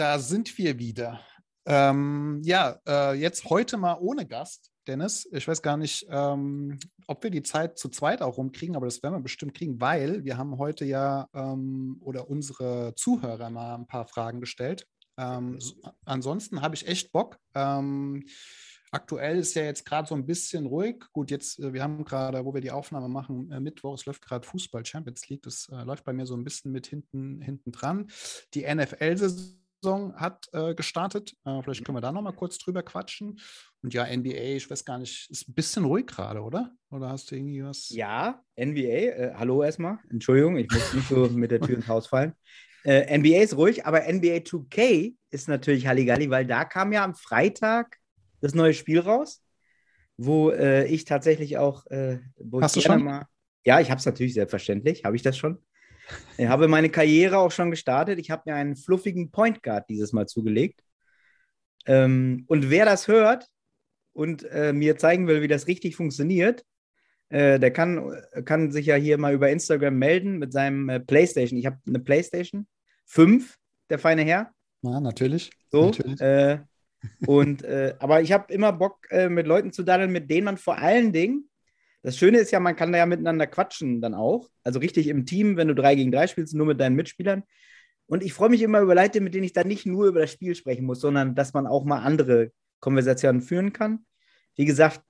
Da sind wir wieder. Jetzt heute mal ohne Gast, Dennis. Ich weiß gar nicht, ob wir die Zeit zu zweit auch rumkriegen, aber das werden wir bestimmt kriegen, weil wir haben heute oder unsere Zuhörer mal ein paar Fragen gestellt. Ansonsten habe ich echt Bock. Aktuell ist ja jetzt gerade so ein bisschen ruhig. Gut, jetzt, wir haben gerade, wo wir die Aufnahme machen, Mittwoch, es läuft gerade Fußball Champions League. Das läuft bei mir so ein bisschen mit hinten dran. Die NFL-Saison hat gestartet. Vielleicht können wir da noch mal kurz drüber quatschen. Und ja, NBA, ich weiß gar nicht, ist ein bisschen ruhig gerade, oder? Oder hast du irgendwie was? Ja, NBA, hallo erstmal. Entschuldigung, ich muss nicht so mit der Tür ins Haus fallen. NBA ist ruhig, aber NBA 2K ist natürlich Halligalli, weil da kam ja am Freitag das neue Spiel raus, wo ich tatsächlich auch, Hast du schon? Ja, ich habe es natürlich selbstverständlich, habe ich das schon. Ich habe meine Karriere auch schon gestartet. Ich habe mir einen fluffigen Point Guard dieses Mal zugelegt. Und wer das hört und mir zeigen will, wie das richtig funktioniert, der kann sich ja hier mal über Instagram melden mit seinem PlayStation. Ich habe eine PlayStation 5, der feine Herr. Ja, natürlich. So. Natürlich. Aber ich habe immer Bock, mit Leuten zu daddeln, mit denen man vor allen Dingen, das Schöne ist ja, man kann da ja miteinander quatschen dann auch. Also richtig im Team, wenn du 3 gegen 3 spielst, nur mit deinen Mitspielern. Und ich freue mich immer über Leute, mit denen ich dann nicht nur über das Spiel sprechen muss, sondern dass man auch mal andere Konversationen führen kann. Wie gesagt,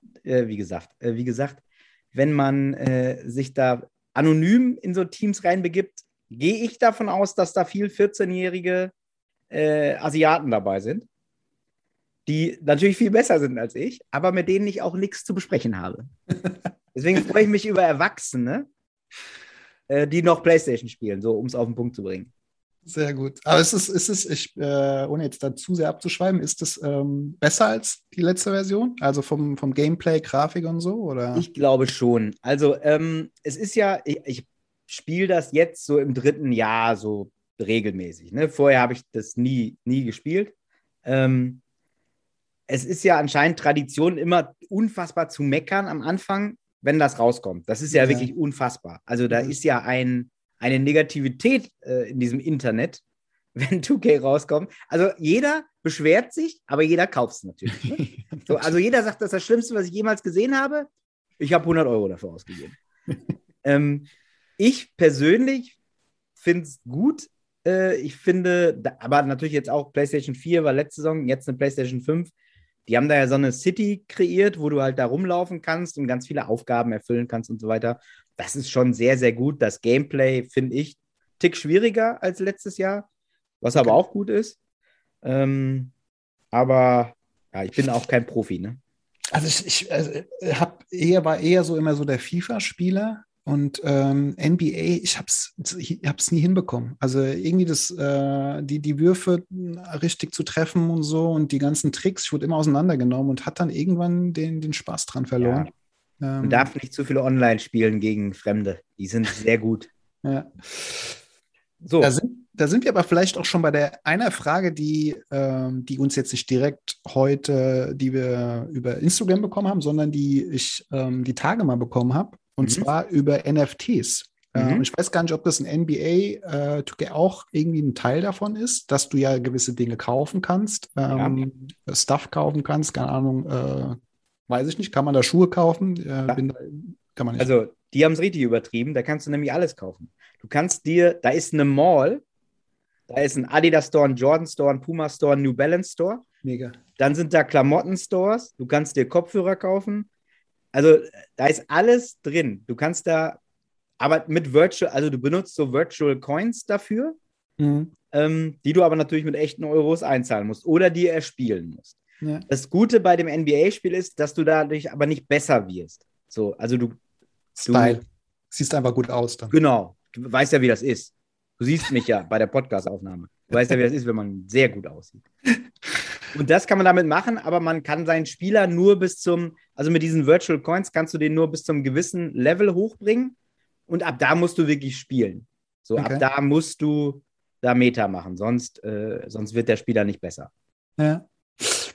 wenn man sich da anonym in so Teams reinbegibt, gehe ich davon aus, dass da viel 14-jährige Asiaten dabei sind, die natürlich viel besser sind als ich, aber mit denen ich auch nichts zu besprechen habe. Deswegen freue ich mich über Erwachsene, die noch PlayStation spielen, so um es auf den Punkt zu bringen. Sehr gut. Aber ohne jetzt da zu sehr abzuschweifen, ist es besser als die letzte Version? Also vom Gameplay, Grafik und so? Oder? Ich glaube schon. Also es ist ja, ich spiele das jetzt so im 3. Jahr so regelmäßig. Ne? Vorher habe ich das nie gespielt. Es ist ja anscheinend Tradition, immer unfassbar zu meckern am Anfang, wenn das rauskommt. Das ist ja wirklich unfassbar. Also da ist ja eine Negativität in diesem Internet, wenn 2K rauskommt. Also jeder beschwert sich, aber jeder kauft es natürlich. Ne? So, also jeder sagt, das ist das Schlimmste, was ich jemals gesehen habe. Ich habe 100 Euro dafür ausgegeben. Ich persönlich finde es gut. Ich finde, aber natürlich jetzt auch PlayStation 4 war letzte Saison, jetzt eine PlayStation 5. Die haben da ja so eine City kreiert, wo du halt da rumlaufen kannst und ganz viele Aufgaben erfüllen kannst und so weiter. Das ist schon sehr, sehr gut. Das Gameplay finde ich einen Tick schwieriger als letztes Jahr, was aber auch gut ist. Aber ja, ich bin auch kein Profi, ne? Also ich war eher so immer so der FIFA-Spieler und NBA, ich hab's nie hinbekommen. Also irgendwie die Würfe richtig zu treffen und so und die ganzen Tricks, ich wurde immer auseinandergenommen und hat dann irgendwann den Spaß dran verloren. Ja. Man darf nicht zu viele Online spielen gegen Fremde. Die sind sehr gut. Ja. So. Da sind wir aber vielleicht auch schon bei einer Frage, die uns jetzt nicht direkt heute, die wir über Instagram bekommen haben, sondern die ich die Tage mal bekommen habe. Und zwar über NFTs. Ich weiß gar nicht, ob das in NBA 2K auch irgendwie ein Teil davon ist, dass du ja gewisse Dinge kaufen kannst, Stuff kaufen kannst, keine Ahnung, weiß ich nicht, kann man da Schuhe kaufen? Kann man nicht. Also, die haben es richtig übertrieben, da kannst du nämlich alles kaufen. Du kannst da ist eine Mall, da ist ein Adidas Store, ein Jordan Store, ein Puma Store, ein New Balance Store. Mega. Dann sind da Klamotten-Stores, du kannst dir Kopfhörer kaufen. Also, da ist alles drin. Du kannst da, aber also du benutzt so Virtual Coins dafür, die du aber natürlich mit echten Euros einzahlen musst oder dir erspielen musst. Ja. Das Gute bei dem NBA-Spiel ist, dass du dadurch aber nicht besser wirst. So, also Style. Siehst einfach gut aus dann. Genau. Du weißt ja, wie das ist. Du siehst mich ja bei der Podcast-Aufnahme. Du weißt ja, wie das ist, wenn man sehr gut aussieht. Und das kann man damit machen, aber man kann seinen Spieler nur also mit diesen Virtual Coins kannst du den nur bis zum gewissen Level hochbringen und ab da musst du wirklich spielen. So, okay. Ab da musst du da Meta machen, sonst wird der Spieler nicht besser. Ja.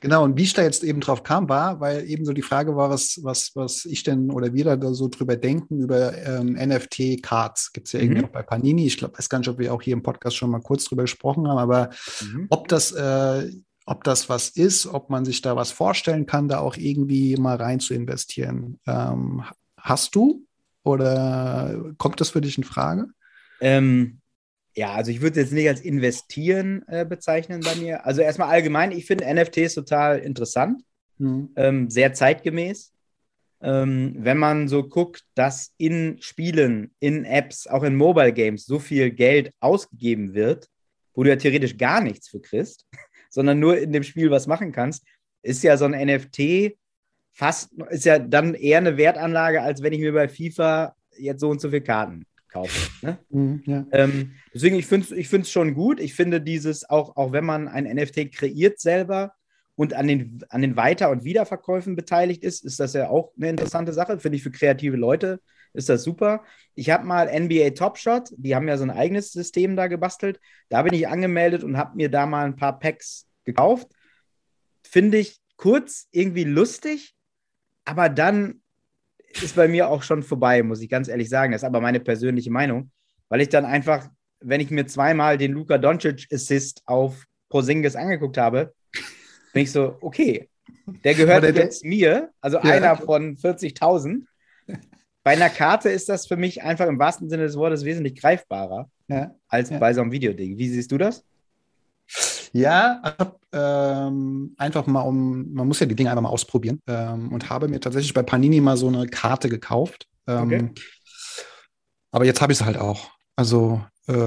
Genau, und wie ich da jetzt eben drauf kam, war, weil eben so die Frage war, was ich denn oder wir da so drüber denken, über NFT-Cards. Gibt es ja irgendwie auch bei Panini. Ich glaube, weiß gar nicht, ob wir auch hier im Podcast schon mal kurz drüber gesprochen haben, aber ob das was ist, ob man sich da was vorstellen kann, da auch irgendwie mal rein zu investieren. Hast du oder kommt das für dich in Frage? Ja, also ich würde es jetzt nicht als investieren bezeichnen bei mir. Also erstmal allgemein, ich finde NFTs total interessant, sehr zeitgemäß. Wenn man so guckt, dass in Spielen, in Apps, auch in Mobile Games so viel Geld ausgegeben wird, wo du ja theoretisch gar nichts für kriegst, sondern nur in dem Spiel was machen kannst, ist ja so ein NFT ist ja dann eher eine Wertanlage, als wenn ich mir bei FIFA jetzt so und so viele Karten kaufe. Ne? Ja. Deswegen, ich finde es schon gut. Ich finde dieses, auch wenn man ein NFT kreiert selber und an den Weiter- und Wiederverkäufen beteiligt ist das ja auch eine interessante Sache. Finde ich für kreative Leute ist das super. Ich habe mal NBA Top Shot, die haben ja so ein eigenes System da gebastelt. Da bin ich angemeldet und habe mir da mal ein paar Packs gekauft. Finde ich kurz irgendwie lustig, aber dann ist bei mir auch schon vorbei, muss ich ganz ehrlich sagen. Das ist aber meine persönliche Meinung, weil ich dann einfach, wenn ich mir zweimal den Luka Doncic Assist auf Porzingis angeguckt habe, bin ich so, okay, der gehört jetzt mir, also einer von 40.000. Bei einer Karte ist das für mich einfach im wahrsten Sinne des Wortes wesentlich greifbarer als bei so einem Videoding. Wie siehst du das? Ja, ich habe einfach mal man muss ja die Dinge einfach mal ausprobieren und habe mir tatsächlich bei Panini mal so eine Karte gekauft. Okay. Aber jetzt habe ich es halt auch. Also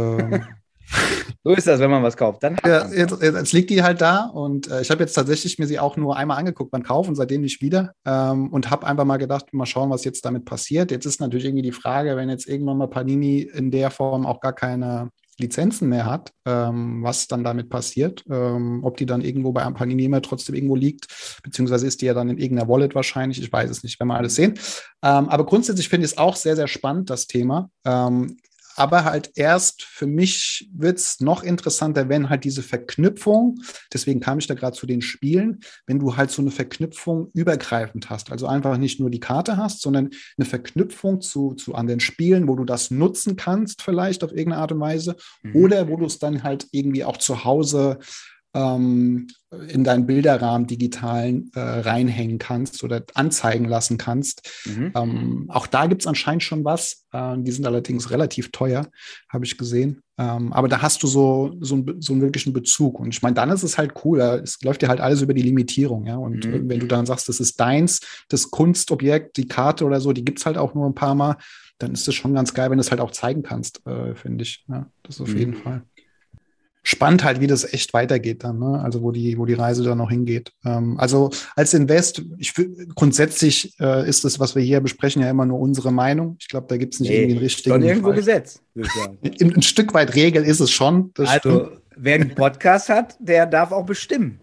so ist das, wenn man was kauft. Dann jetzt liegt die halt da und ich habe jetzt tatsächlich mir sie auch nur einmal angeguckt beim Kauf und seitdem nicht wieder und habe einfach mal gedacht, mal schauen, was jetzt damit passiert. Jetzt ist natürlich irgendwie die Frage, wenn jetzt irgendwann mal Panini in der Form auch gar keine Lizenzen mehr hat, was dann damit passiert, ob die dann irgendwo bei Panini immer trotzdem irgendwo liegt, beziehungsweise ist die ja dann in irgendeiner Wallet wahrscheinlich, ich weiß es nicht, werden wir alles sehen. Aber grundsätzlich finde ich es auch sehr, sehr spannend, das Thema. Aber halt erst für mich wird es noch interessanter, wenn halt diese Verknüpfung, deswegen kam ich da gerade zu den Spielen, wenn du halt so eine Verknüpfung übergreifend hast. Also einfach nicht nur die Karte hast, sondern eine Verknüpfung zu anderen Spielen, wo du das nutzen kannst, vielleicht auf irgendeine Art und Weise, oder wo du es dann halt irgendwie auch zu Hause in deinen Bilderrahmen digitalen reinhängen kannst oder anzeigen lassen kannst. Auch da gibt es anscheinend schon was. Die sind allerdings relativ teuer, habe ich gesehen. Aber da hast du so einen wirklichen Bezug. Und ich meine, dann ist es halt cool. Es läuft ja halt alles über die Limitierung. Ja? Und wenn du dann sagst, das ist deins, das Kunstobjekt, die Karte oder so, die gibt es halt auch nur ein paar Mal, dann ist es schon ganz geil, wenn du es halt auch zeigen kannst, finde ich. Ja, das auf jeden Fall. Spannend halt, wie das echt weitergeht dann, ne? Also wo die Reise dann noch hingeht. Also als Invest, grundsätzlich ist das, was wir hier besprechen, ja immer nur unsere Meinung. Ich glaube, da gibt es nicht irgendwie einen richtigen. Schon irgendwo Gesetz, würde ich sagen. Ein Stück weit Regel ist es schon. Also wer einen Podcast hat, der darf auch bestimmen.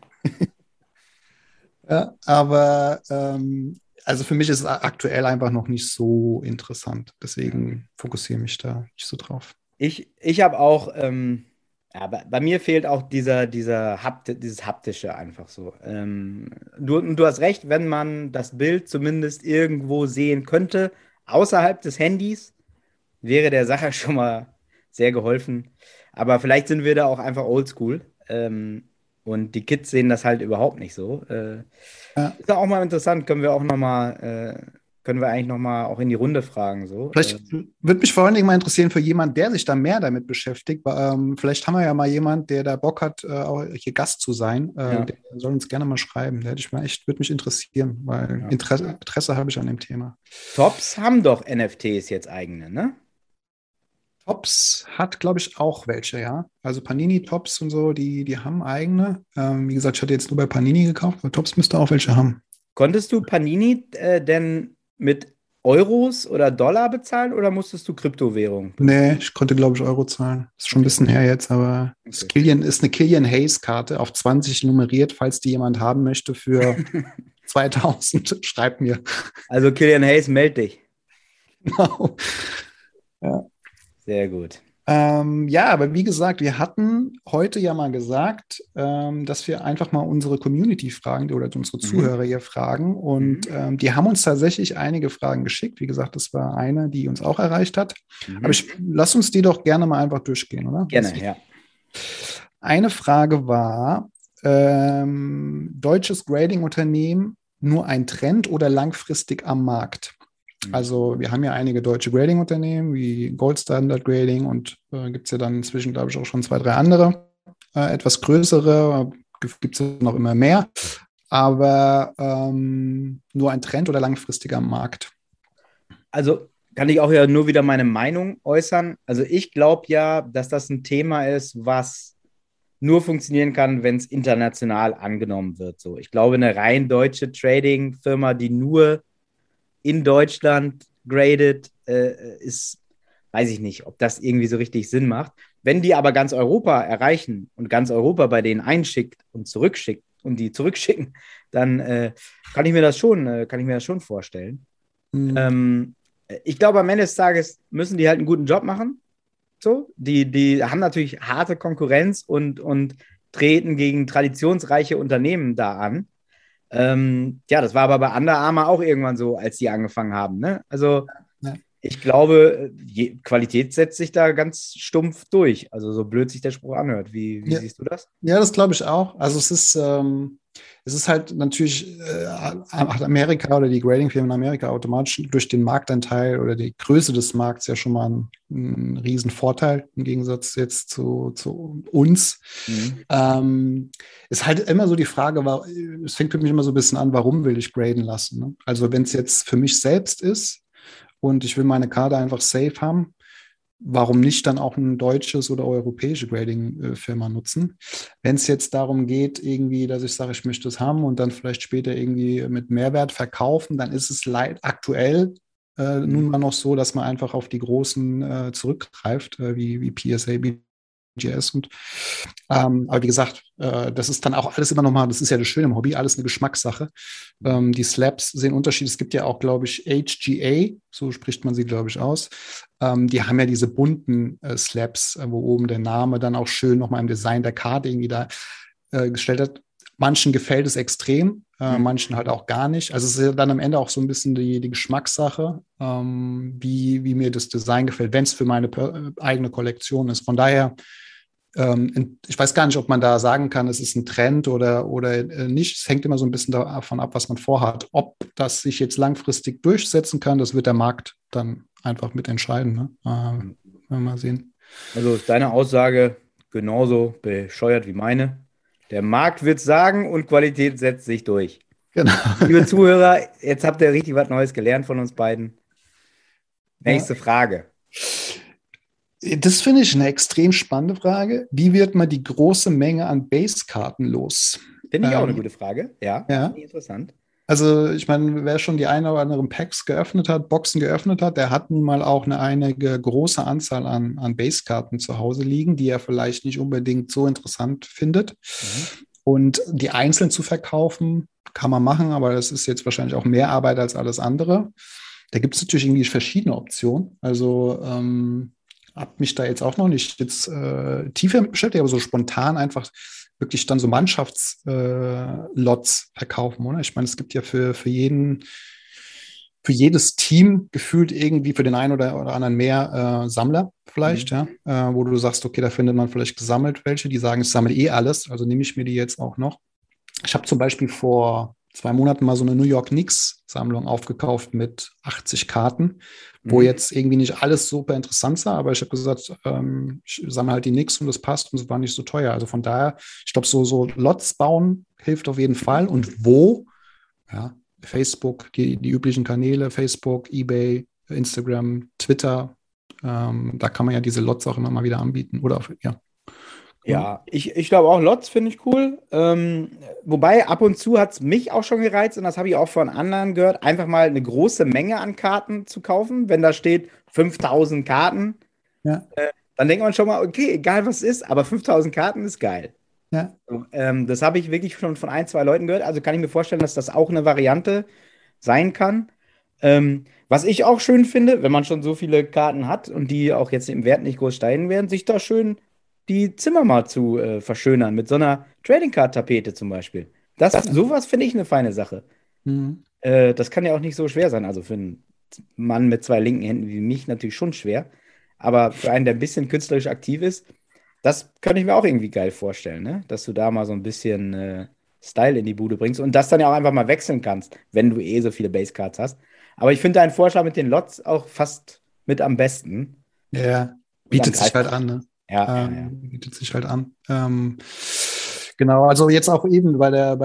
Ja, aber also für mich ist es aktuell einfach noch nicht so interessant. Deswegen fokussiere ich mich da nicht so drauf. Ich habe auch ja, bei mir fehlt auch dieses Haptische einfach so. Du hast recht, wenn man das Bild zumindest irgendwo sehen könnte, außerhalb des Handys, wäre der Sache schon mal sehr geholfen. Aber vielleicht sind wir da auch einfach oldschool. Und die Kids sehen das halt überhaupt nicht so. Ist ja auch mal interessant, können wir eigentlich noch mal auch in die Runde fragen. So. Vielleicht würde mich vor allen Dingen mal interessieren für jemanden, der sich da mehr damit beschäftigt. Vielleicht haben wir ja mal jemanden, der da Bock hat, auch hier Gast zu sein. Der soll uns gerne mal schreiben. Würde mich interessieren, weil Interesse habe ich an dem Thema. Tops haben doch NFTs jetzt eigene, ne? Tops hat, glaube ich, auch welche, ja. Also Panini Tops und so, die haben eigene. Wie gesagt, ich hatte jetzt nur bei Panini gekauft, aber Tops müsste auch welche haben. Konntest du Panini denn mit Euros oder Dollar bezahlen oder musstest du Kryptowährung benutzen? Nee, ich konnte, glaube ich, Euro zahlen. Ist schon ein bisschen her jetzt, aber ist eine Killian Hayes-Karte auf 20 nummeriert, falls die jemand haben möchte für 2000, schreibt mir. Also Killian Hayes, meld dich. Genau. Ja. Sehr gut. Ja, aber wie gesagt, wir hatten heute ja mal gesagt, dass wir einfach mal unsere Community fragen oder unsere Mhm. Zuhörer hier fragen. Und Mhm. die haben uns tatsächlich einige Fragen geschickt. Wie gesagt, das war eine, die uns auch erreicht hat. Aber Mhm. lass uns die doch gerne mal einfach durchgehen, oder? Gerne, ja. Eine Frage war, deutsches Grading-Unternehmen nur ein Trend oder langfristig am Markt? Mhm. Also wir haben ja einige deutsche Grading-Unternehmen wie Gold Standard Grading und gibt es ja dann inzwischen, glaube ich, auch schon zwei, drei andere, etwas größere, gibt es noch immer mehr, aber nur ein Trend oder langfristiger Markt. Also kann ich auch ja nur wieder meine Meinung äußern. Also ich glaube ja, dass das ein Thema ist, was nur funktionieren kann, wenn es international angenommen wird. So, ich glaube, eine rein deutsche Trading-Firma, die nur in Deutschland gradet, ist, weiß ich nicht, ob das irgendwie so richtig Sinn macht. Wenn die aber ganz Europa erreichen und ganz Europa bei denen einschickt und zurückschickt und die zurückschicken, dann kann ich mir das schon vorstellen. Hm, Ähm, Ich glaube, am Ende des Tages müssen die halt einen guten Job machen. So, die haben natürlich harte Konkurrenz und treten gegen traditionsreiche Unternehmen da an. Ja, das war aber bei Under Armour auch irgendwann so, als die angefangen haben. Ne? Also ja. ich glaube, Qualität setzt sich da ganz stumpf durch. Also so blöd sich der Spruch anhört. Wie Ja, siehst du das? ja, das glaube ich auch. Also es ist halt natürlich, hat Amerika oder die Grading-Firmen in Amerika automatisch durch den Marktanteil oder die Größe des Markts ja schon mal ein Riesenvorteil im Gegensatz jetzt zu uns. Mhm. Ist halt immer so die Frage, es fängt für mich immer so ein bisschen an, warum will ich graden lassen? Ne? Also wenn es jetzt für mich selbst ist und ich will meine Karte einfach safe haben, warum nicht dann auch ein deutsches oder europäische Grading-Firma nutzen? Wenn es jetzt darum geht, irgendwie, dass ich sage, ich möchte es haben und dann vielleicht später irgendwie mit Mehrwert verkaufen, dann ist es aktuell nun Mhm. mal noch so, dass man einfach auf die großen zurückgreift, wie PSA, BGS und aber wie gesagt, das ist dann auch alles immer nochmal, das ist ja das Schöne im Hobby, alles eine Geschmackssache. Mhm. Die Slabs sehen Unterschied. Es gibt ja auch, glaube ich, HGA, so spricht man sie, glaube ich, aus. Die haben ja diese bunten Slabs, wo oben der Name dann auch schön nochmal im Design der Karte irgendwie da gestellt hat. Manchen gefällt es extrem, Mhm. manchen halt auch gar nicht. Also es ist ja dann am Ende auch so ein bisschen die Geschmackssache, wie mir das Design gefällt, wenn es für meine eigene Kollektion ist. Von daher ich weiß gar nicht, ob man da sagen kann, es ist ein Trend oder nicht. Es hängt immer so ein bisschen davon ab, was man vorhat. Ob das sich jetzt langfristig durchsetzen kann, das wird der Markt dann einfach mit entscheiden. Ne? Mhm. Werden wir mal sehen. Also ist deine Aussage genauso bescheuert wie meine. Der Markt wird sagen und Qualität setzt sich durch. Genau. Liebe Zuhörer, jetzt habt ihr richtig was Neues gelernt von uns beiden. Ja. Nächste Frage. Das finde ich eine extrem spannende Frage. Wie wird man die große Menge an Base-Karten los? Finde ich auch eine Ähm, gute Frage. Ja, ja, finde ich interessant. also ich meine, wer schon die eine oder anderen Packs geöffnet hat, Boxen geöffnet hat, der hat nun mal auch eine einige große Anzahl an Base-Karten zu Hause liegen, die er vielleicht nicht unbedingt so interessant findet. Mhm. Und die einzeln zu verkaufen, kann man machen, aber das ist jetzt wahrscheinlich auch mehr Arbeit als alles andere. Da gibt es natürlich irgendwie verschiedene Optionen. Also habe mich da jetzt auch noch nicht jetzt tiefer mit beschäftigt, aber so spontan einfach wirklich dann so Mannschaftslots verkaufen, oder? Ich meine, es gibt ja für jedes Team gefühlt irgendwie für den einen oder anderen mehr Sammler vielleicht, Mhm. ja, wo du sagst, okay, da findet man vielleicht gesammelt welche, die sagen, ich sammle eh alles, also nehme ich mir die jetzt auch noch. Ich habe zum Beispiel vor 2 Monaten mal so eine New York Knicks-Sammlung aufgekauft mit 80 Karten, wo Mhm. jetzt irgendwie nicht alles super interessant war, aber ich habe gesagt, ich sammle halt die Knicks und das passt und es war nicht so teuer. Also von daher, ich glaube, so Lots bauen hilft auf jeden Fall. Und wo? Ja, Facebook, die üblichen Kanäle, Facebook, eBay, Instagram, Twitter, da kann man ja diese Lots auch immer mal wieder anbieten. Oder ja. Genau. Ja, ich glaube auch Lots finde ich cool. Wobei ab und zu hat es mich auch schon gereizt und das habe ich auch von anderen gehört, einfach mal eine große Menge an Karten zu kaufen. Wenn da steht 5000 Karten, Ja, dann denkt man schon mal, okay, egal was es ist, aber 5000 Karten ist geil. ja. So, das habe ich wirklich schon von ein, zwei Leuten gehört. Also kann ich mir vorstellen, dass das auch eine Variante sein kann. Was ich auch schön finde, wenn man schon so viele Karten hat und die auch jetzt im Wert nicht groß steigen werden, sich da schön die Zimmer mal zu verschönern mit so einer Trading Card Tapete zum Beispiel. Sowas finde ich eine feine Sache. Mhm. Das kann ja auch nicht so schwer sein. Also für einen Mann mit zwei linken Händen wie mich natürlich schon schwer. Aber für einen, der ein bisschen künstlerisch aktiv ist, das könnte ich mir auch irgendwie geil vorstellen, ne? Dass du da mal so ein bisschen Style in die Bude bringst und das dann ja auch einfach mal wechseln kannst, wenn du so viele Basecards hast. Aber ich finde deinen Vorschlag mit den Lots auch fast mit am besten. Ja, Und dann bietet sich greift halt man. an, ne? Ja. Bietet sich halt an. Genau, also jetzt auch eben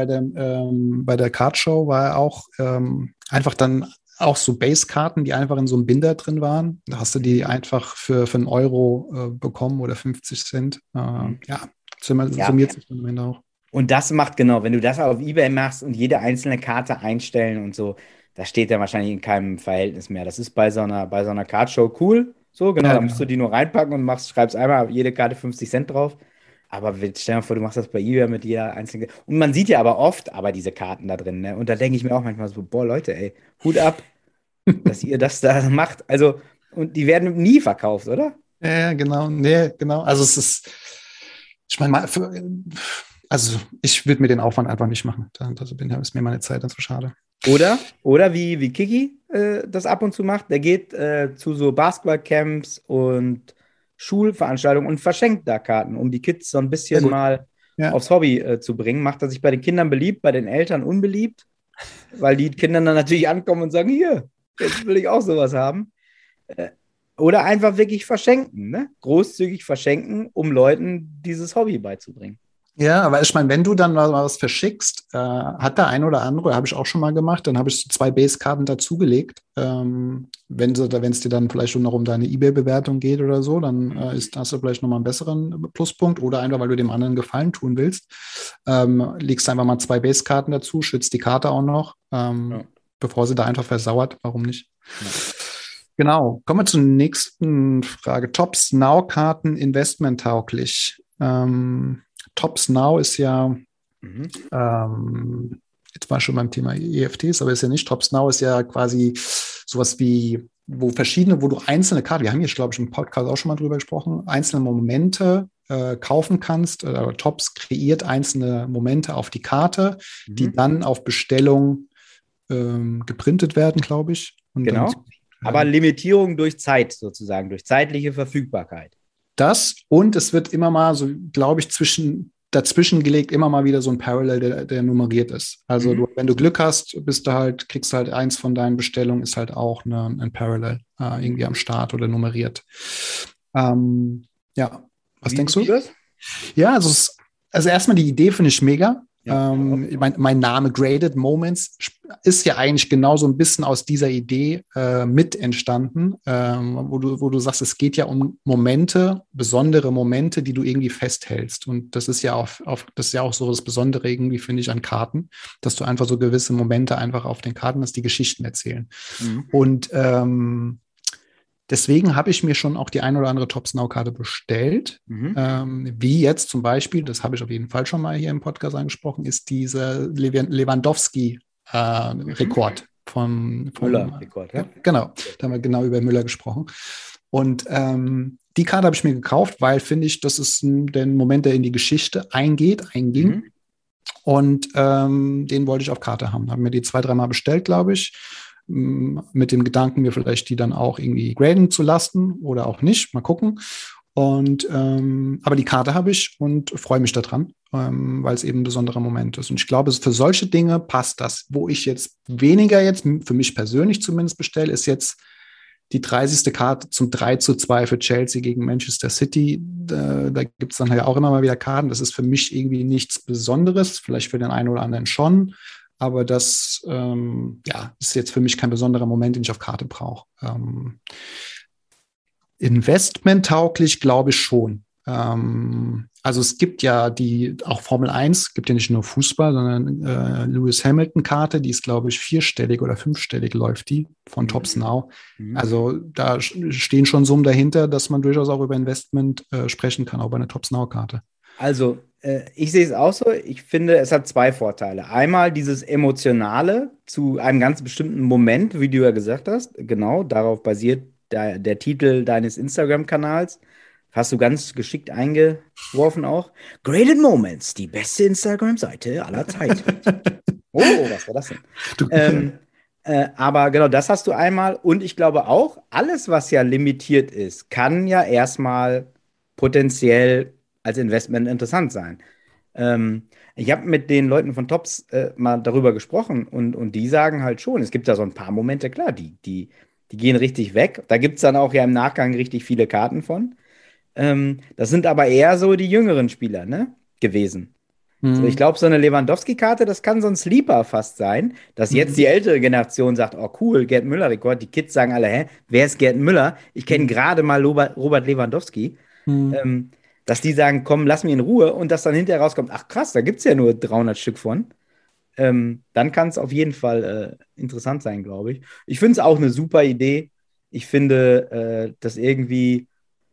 bei der Card-Show war ja auch einfach dann auch so Base-Karten, die einfach in so einem Binder drin waren. Da hast du die einfach für einen Euro bekommen oder 50 Cent. Mhm. Ja, Ja, summiert sich dann am Ende auch. und das macht genau, wenn du das auf eBay machst und jede einzelne Karte einstellen und so, das steht ja wahrscheinlich in keinem Verhältnis mehr. Das ist bei so einer Cardshow cool. So, genau, Ja, da musst du genau. die nur reinpacken und schreibst einmal jede Karte 50 Cent drauf. Aber stell dir mal vor, du machst das bei eBay mit jeder einzelnen. Und man sieht ja aber oft diese Karten da drin, ne? Und da denke ich mir auch manchmal so, boah, Leute, ey, Hut ab, dass ihr das da macht. Also, und die werden nie verkauft, oder? Ja, genau. Nee, genau. Also es ist, ich meine, also ich würde mir den Aufwand einfach nicht machen. Ist mir meine Zeit dann zu schade. Oder wie Kiki das ab und zu macht, der geht zu so Basketballcamps und Schulveranstaltungen und verschenkt da Karten, um die Kids so ein Sehr bisschen gut. mal Ja. aufs Hobby zu bringen. Macht er sich bei den Kindern beliebt, bei den Eltern unbeliebt, weil die Kinder dann natürlich ankommen und sagen, hier, jetzt will ich auch sowas haben. Äh, oder einfach wirklich verschenken, ne? Großzügig verschenken, um Leuten dieses Hobby beizubringen. Ja, aber ich meine, wenn du dann mal was verschickst, hat der ein oder andere, habe ich auch schon mal gemacht, dann habe ich so 2 Base-Karten dazugelegt. Wenn es dir dann vielleicht schon noch um deine eBay-Bewertung geht oder so, dann hast du vielleicht nochmal einen besseren Pluspunkt oder einfach, weil du dem anderen Gefallen tun willst, legst einfach mal 2 Base-Karten dazu, schützt die Karte auch noch, Ja. bevor sie da einfach versauert. Warum nicht? Ja. Genau, kommen wir zur nächsten Frage. Tops Now-Karten investmenttauglich. Tops Now ist ja, Mhm. jetzt war schon beim Thema EFTs, aber ist ja nicht. Tops Now ist ja quasi sowas wie, wo du einzelne Karten, wir haben hier, glaube ich, im Podcast auch schon mal drüber gesprochen, einzelne Momente kaufen kannst. Tops kreiert einzelne Momente auf die Karte, die Mhm. dann auf Bestellung geprintet werden, glaube ich. Und dann Genau. Aber Limitierung durch Zeit sozusagen, durch zeitliche Verfügbarkeit. das und es wird immer mal so, glaube ich, dazwischen gelegt, immer mal wieder so ein Parallel, der nummeriert ist. Also Mhm. wenn du Glück hast, kriegst du halt eins von deinen Bestellungen, ist halt auch ein Parallel irgendwie am Start oder nummeriert. Ja, was Wie denkst siehst du du? das? Ja, also erstmal die Idee finde ich mega. Ja, Mein Name Graded Moments ist ja eigentlich genau so ein bisschen aus dieser Idee mit entstanden, wo du sagst, es geht ja um Momente, besondere Momente, die du irgendwie festhältst. Und das ist ja das ist ja auch so das Besondere irgendwie, finde ich, an Karten, dass du einfach so gewisse Momente einfach auf den Karten hast, die Geschichten erzählen. Mhm. Und deswegen habe ich mir schon auch die ein oder andere Tops Now-Karte bestellt. Mhm. Wie jetzt zum Beispiel, das habe ich auf jeden Fall schon mal hier im Podcast angesprochen, ist dieser Lewandowski-Rekord Müller-Rekord, ja? genau, da haben wir genau über Müller gesprochen. Und die Karte habe ich mir gekauft, weil finde ich, das ist der Moment, der in die Geschichte einging. Mhm. Und den wollte ich auf Karte haben. Habe mir die 2, 3 Mal bestellt, glaube ich, mit dem Gedanken, mir vielleicht die dann auch irgendwie graden zu lassen oder auch nicht. Mal gucken. Und aber die Karte habe ich und freue mich daran, weil es eben ein besonderer Moment ist. Und ich glaube, für solche Dinge passt das. Wo ich jetzt weniger jetzt, für mich persönlich zumindest bestelle, ist jetzt die 30. Karte zum 3:2 für Chelsea gegen Manchester City. Da gibt es dann ja auch immer mal wieder Karten. Das ist für mich irgendwie nichts Besonderes, vielleicht für den einen oder anderen schon. Aber das ist jetzt für mich kein besonderer Moment, den ich auf Karte brauche. Investmenttauglich glaube ich schon. Also es gibt ja auch Formel 1, gibt ja nicht nur Fußball, sondern Lewis Hamilton-Karte, die ist, glaube ich, 4-stellig oder 5-stellig läuft die von Tops Now. Mhm. Also da stehen schon Summen dahinter, dass man durchaus auch über Investment sprechen kann, auch bei einer Tops Now-Karte. Also Ich sehe es auch so. Ich finde, es hat zwei Vorteile. Einmal dieses Emotionale zu einem ganz bestimmten Moment, wie du ja gesagt hast. Genau, darauf basiert der Titel deines Instagram-Kanals. Hast du ganz geschickt eingeworfen auch. Graded Moments, die beste Instagram-Seite aller Zeiten. Oh, was war das denn? Du, Aber genau, das hast du einmal. Und ich glaube auch, alles, was ja limitiert ist, kann ja erstmal potenziell als Investment interessant sein. Ich habe mit den Leuten von Tops mal darüber gesprochen und die sagen halt schon, es gibt da so ein paar Momente, klar, die gehen richtig weg. Da gibt es dann auch ja im Nachgang richtig viele Karten von. Das sind aber eher so die jüngeren Spieler, ne, gewesen. So, ich hm, glaube, so eine Lewandowski-Karte, das kann so ein Sleeper fast sein, dass jetzt hm, die ältere Generation sagt, oh cool, Gerd Müller-Rekord. Die Kids sagen alle, hä, wer ist Gerd Müller? Ich kenne hm, gerade mal Robert Lewandowski. hm. Dass die sagen, komm, lass mich in Ruhe und dass dann hinterher rauskommt, ach krass, da gibt es ja nur 300 Stück von. Dann kann es auf jeden Fall interessant sein, glaube ich. Ich finde es auch eine super Idee. Ich finde, dass irgendwie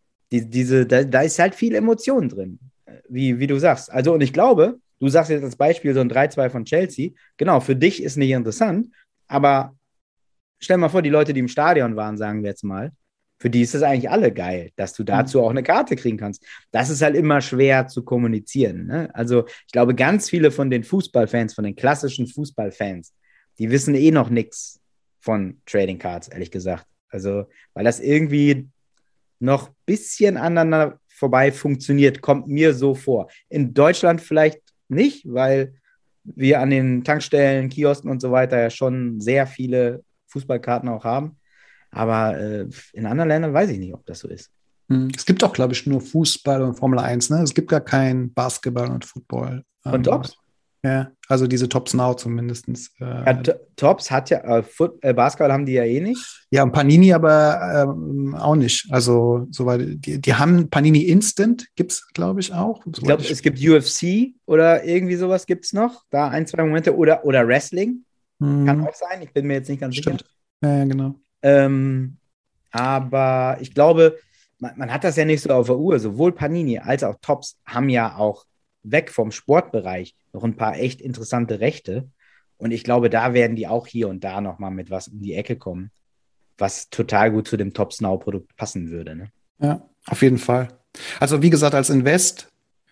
da ist halt viel Emotion drin, wie du sagst. Also, und ich glaube, du sagst jetzt als Beispiel so ein 3-2 von Chelsea. Genau, für dich ist nicht interessant, aber stell mal vor, die Leute, die im Stadion waren, sagen wir jetzt mal, für die ist es eigentlich alle geil, dass du Hm. dazu auch eine Karte kriegen kannst. Das ist halt immer schwer zu kommunizieren. Ne? Also ich glaube, ganz viele von den Fußballfans, von den klassischen Fußballfans, die wissen eh noch nichts von Trading Cards, ehrlich gesagt. Also, weil das irgendwie noch ein bisschen aneinander vorbei funktioniert, kommt mir so vor. In Deutschland vielleicht nicht, weil wir an den Tankstellen, Kiosken und so weiter ja schon sehr viele Fußballkarten auch haben. Aber in anderen Ländern weiß ich nicht, ob das so ist. Hm. Es gibt auch, glaube ich, nur Fußball und Formel 1, ne? Es gibt gar kein Basketball und Football. Von Tops? Ja, also diese Tops Now zumindest. Ja, Tops hat ja, Basketball haben die ja eh nicht. Ja, und Panini aber auch nicht. Also, soweit, die haben Panini Instant, gibt es, glaube ich, auch. Ich glaube, es gibt UFC oder irgendwie sowas gibt es noch. Da ein, zwei Momente. Oder Wrestling. Kann Hm, auch sein. Ich bin mir jetzt nicht ganz sicher. stimmt. Ja, genau. Ähm, aber ich glaube, man hat das ja nicht so auf der Uhr. Sowohl Panini als auch Tops haben ja auch weg vom Sportbereich noch ein paar echt interessante Rechte. Und ich glaube, da werden die auch hier und da nochmal mit was um die Ecke kommen, was total gut zu dem Tops Now-Produkt passen würde. Ne? Ja, auf jeden Fall. Also, wie gesagt, als Invest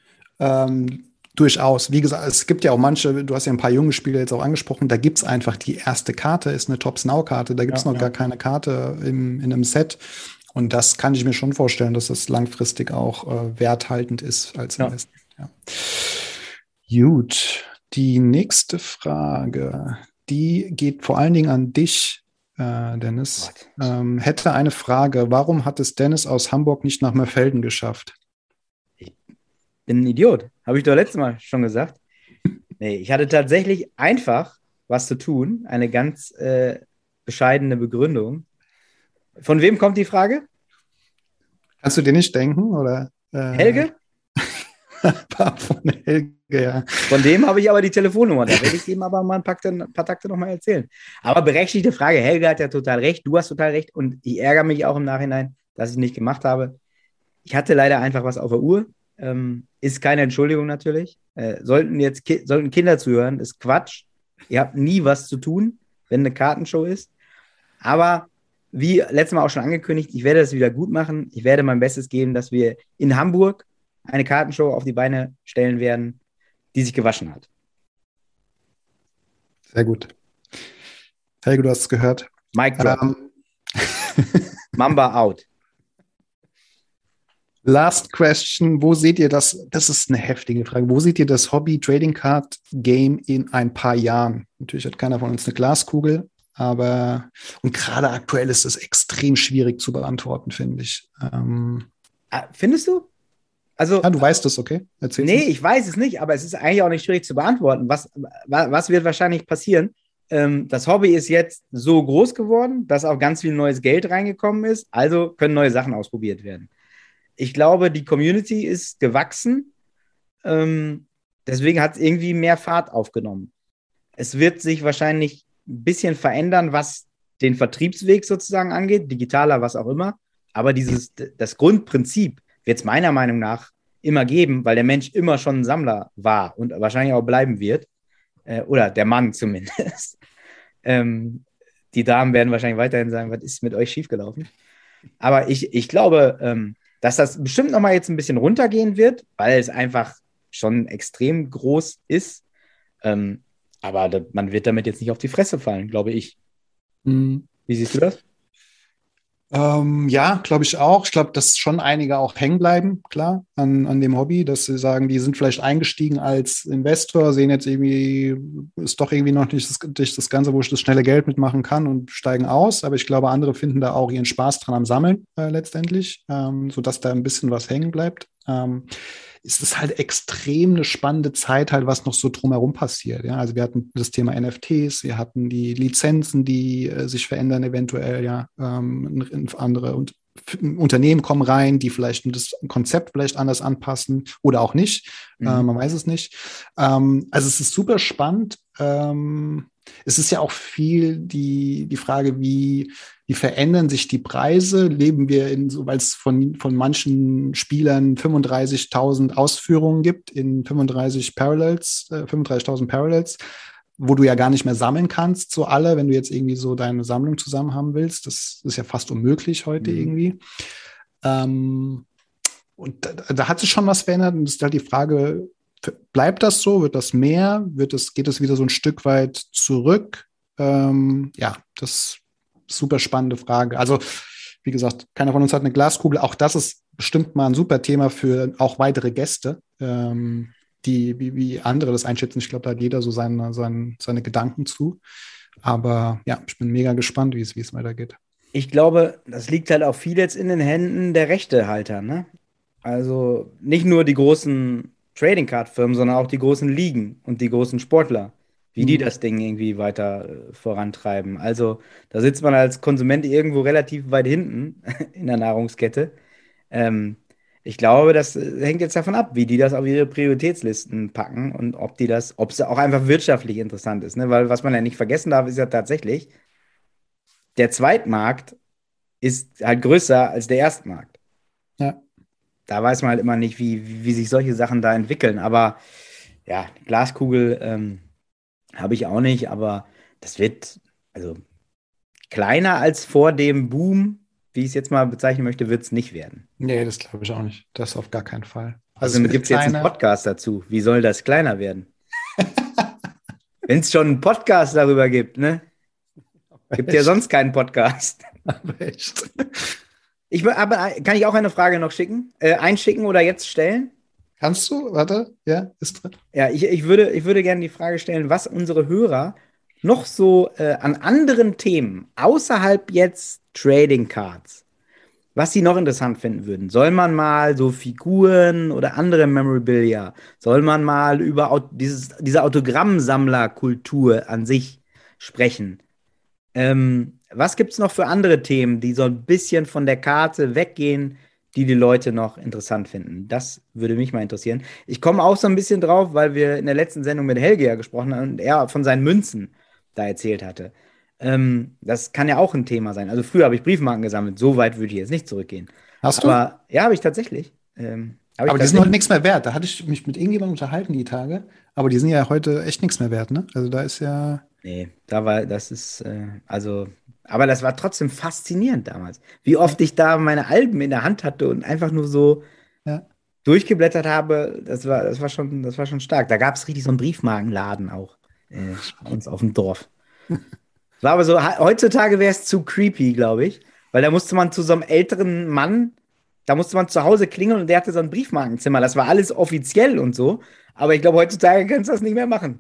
durchaus. Wie gesagt, es gibt ja auch manche, du hast ja ein paar junge Spieler jetzt auch angesprochen, da gibt es einfach die erste Karte, ist eine Tops Now-Karte, da gibt es Ja, noch ja. gar keine Karte in einem Set. Und das kann ich mir schon vorstellen, dass das langfristig auch werthaltend ist als Ja. Invest. Ja. Gut, die nächste Frage, die geht vor allen Dingen an dich, Dennis. Gott. Hätte eine Frage, warum hat es Dennis aus Hamburg nicht nach Mörfelden geschafft? Ich bin ein Idiot. Habe ich doch letztes Mal schon gesagt. Nee, ich hatte tatsächlich einfach was zu tun. Eine ganz bescheidene Begründung. Von wem kommt die Frage? Kannst du dir nicht denken, oder? Helge? Von Helge, ja. Von dem habe ich aber die Telefonnummer. Da werde ich ihm aber mal ein paar Takte nochmal erzählen. Aber berechtigte Frage. Helge hat ja total recht. Du hast total recht. Und ich ärgere mich auch im Nachhinein, dass ich nicht gemacht habe. Ich hatte leider einfach was auf der Uhr. Ist keine Entschuldigung natürlich. Sollten Kinder zuhören, ist Quatsch. Ihr habt nie was zu tun, wenn eine Kartenshow ist. Aber wie letztes Mal auch schon angekündigt, ich werde das wieder gut machen. Ich werde mein Bestes geben, dass wir in Hamburg eine Kartenshow auf die Beine stellen werden, die sich gewaschen hat. Sehr gut. Helge, du hast es gehört. Mic drop. Ähm, Mamba out. Last question. Wo seht ihr das? Das ist eine heftige Frage. Wo seht ihr das Hobby Trading Card Game in ein paar Jahren? Natürlich hat keiner von uns eine Glaskugel, aber und gerade aktuell ist es extrem schwierig zu beantworten, finde ich. Findest du? Also, Du weißt es, okay? Erzähl's nee, uns. ich weiß es nicht, aber es ist eigentlich auch nicht schwierig zu beantworten. Was wird wahrscheinlich passieren? Das Hobby ist jetzt so groß geworden, dass auch ganz viel neues Geld reingekommen ist. Also können neue Sachen ausprobiert werden. Ich glaube, die Community ist gewachsen. Deswegen hat es irgendwie mehr Fahrt aufgenommen. Es wird sich wahrscheinlich ein bisschen verändern, was den Vertriebsweg sozusagen angeht, digitaler, was auch immer. Aber das Grundprinzip wird es meiner Meinung nach immer geben, weil der Mensch immer schon ein Sammler war und wahrscheinlich auch bleiben wird. Oder der Mann zumindest. Die Damen werden wahrscheinlich weiterhin sagen, was ist mit euch schiefgelaufen? Aber ich glaube, dass das bestimmt nochmal jetzt ein bisschen runtergehen wird, weil es einfach schon extrem groß ist. Aber man wird damit jetzt nicht auf die Fresse fallen, glaube ich. Mhm. Wie siehst du das? Ja, glaube ich auch. Ich glaube, dass schon einige auch hängen bleiben, klar, an dem Hobby, dass sie sagen, die sind vielleicht eingestiegen als Investor, sehen jetzt irgendwie, ist doch irgendwie noch nicht das Ganze, wo ich das schnelle Geld mitmachen kann und steigen aus. Aber ich glaube, andere finden da auch ihren Spaß dran am Sammeln letztendlich, sodass da ein bisschen was hängen bleibt. Es ist halt extrem eine spannende Zeit, halt, was noch so drumherum passiert. Ja? Also wir hatten das Thema NFTs, wir hatten die Lizenzen, die sich verändern eventuell, ja, andere und Unternehmen kommen rein, die vielleicht das Konzept vielleicht anders anpassen oder auch nicht. Man weiß es nicht. Also es ist super spannend. Es ist ja auch viel die Frage, wie verändern sich die Preise? Leben wir weil es von manchen Spielern 35.000 Ausführungen gibt in 35.000 Parallels, wo du ja gar nicht mehr sammeln kannst, so alle, wenn du jetzt irgendwie so deine Sammlung zusammen haben willst. Das ist ja fast unmöglich heute irgendwie. Und da hat sich schon was verändert. Und es ist halt die Frage, bleibt das so? Wird das mehr? Geht es wieder so ein Stück weit zurück? Ja, das ist eine super spannende Frage. Also, wie gesagt, keiner von uns hat eine Glaskugel. Auch das ist bestimmt mal ein super Thema für auch weitere Gäste, wie andere das einschätzen. Ich glaube, da hat jeder so seine Gedanken zu. Aber ja, ich bin mega gespannt, wie es weitergeht. Ich glaube, das liegt halt auch viel jetzt in den Händen der Rechtehalter, ne? Also nicht nur die großen Trading Card Firmen, sondern auch die großen Ligen und die großen Sportler, wie die das Ding irgendwie weiter vorantreiben. Also da sitzt man als Konsument irgendwo relativ weit hinten in der Nahrungskette. Ich glaube, das hängt jetzt davon ab, wie die das auf ihre Prioritätslisten packen und ob es auch einfach wirtschaftlich interessant ist, ne? Weil was man ja nicht vergessen darf, ist ja tatsächlich, der Zweitmarkt ist halt größer als der Erstmarkt. Ja. Da weiß man halt immer nicht, wie sich solche Sachen da entwickeln. Aber ja, Glaskugel habe ich auch nicht, aber das wird, also kleiner als vor dem Boom, wie ich es jetzt mal bezeichnen möchte, wird es nicht werden. Nee, das glaube ich auch nicht. Das auf gar keinen Fall. Also Also gibt es jetzt einen Podcast dazu. Wie soll das kleiner werden? Wenn es schon einen Podcast darüber gibt, ne? Gibt ja sonst keinen Podcast. Aber echt. Aber kann ich auch eine Frage noch einschicken oder jetzt stellen? Kannst du? Warte, ja, ist drin. Ja, ich würde gerne die Frage stellen, was unsere Hörer noch so an anderen Themen außerhalb jetzt Trading Cards, was sie noch interessant finden würden. Soll man mal so Figuren oder andere Memorabilia, soll man mal über diese Autogrammsammlerkultur an sich sprechen? Was gibt es noch für andere Themen, die so ein bisschen von der Karte weggehen, die Leute noch interessant finden? Das würde mich mal interessieren. Ich komme auch so ein bisschen drauf, weil wir in der letzten Sendung mit Helge ja gesprochen haben und er von seinen Münzen da erzählt hatte. Das kann ja auch ein Thema sein. Also früher habe ich Briefmarken gesammelt, so weit würde ich jetzt nicht zurückgehen. Hast du? Aber ja, habe ich tatsächlich. Aber die sind heute nichts mehr wert. Da hatte ich mich mit irgendjemandem unterhalten die Tage. Aber die sind ja heute echt nichts mehr wert, ne? Also da ist ja. Nee, aber das war trotzdem faszinierend damals. Wie oft ich da meine Alben in der Hand hatte und einfach nur so Ja. durchgeblättert habe, das war schon stark. Da gab es richtig so einen Briefmarkenladen auch bei uns auf dem Dorf. War aber so, heutzutage wäre es zu creepy, glaube ich, weil da musste man zu so einem älteren Mann, da musste man zu Hause klingeln und der hatte so ein Briefmarkenzimmer. Das war alles offiziell und so, aber ich glaube, heutzutage kannst du das nicht mehr machen.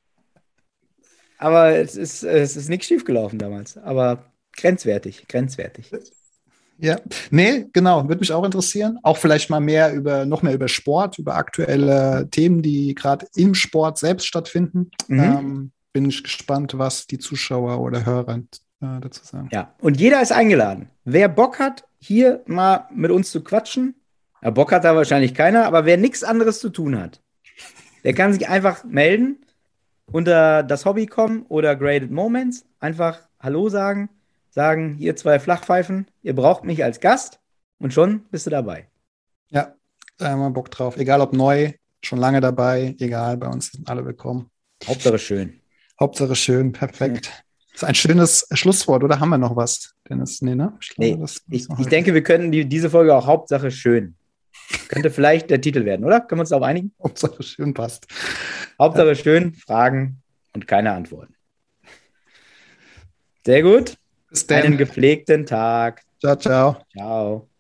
Aber es ist nichts schiefgelaufen damals. Aber grenzwertig, grenzwertig. Ja, nee, genau, würde mich auch interessieren. Auch vielleicht mal noch mehr über Sport, über aktuelle Themen, die gerade im Sport selbst stattfinden. Bin ich gespannt, was die Zuschauer oder Hörer dazu sagen. Ja, und jeder ist eingeladen. Wer Bock hat, hier mal mit uns zu quatschen, ja, Bock hat da wahrscheinlich keiner, aber wer nichts anderes zu tun hat, der kann sich einfach melden, unter das Hobby kommen oder Graded Moments, einfach Hallo sagen, ihr zwei Flachpfeifen, ihr braucht mich als Gast und schon bist du dabei. Ja, Da haben wir Bock drauf. Egal ob neu, schon lange dabei, egal, bei uns sind alle willkommen. Hauptsache schön. Hauptsache schön, perfekt. Das ist ein schönes Schlusswort, oder haben wir noch was, Dennis? Nee, ne? Nee, ich denke, wir können diese Folge auch Hauptsache schön. Könnte vielleicht der Titel werden, oder? Können wir uns darauf einigen? Hauptsache schön passt. Hauptsache schön, Fragen und keine Antworten. Sehr gut. Bis dann. Einen gepflegten Tag. Ciao, ciao. Ciao.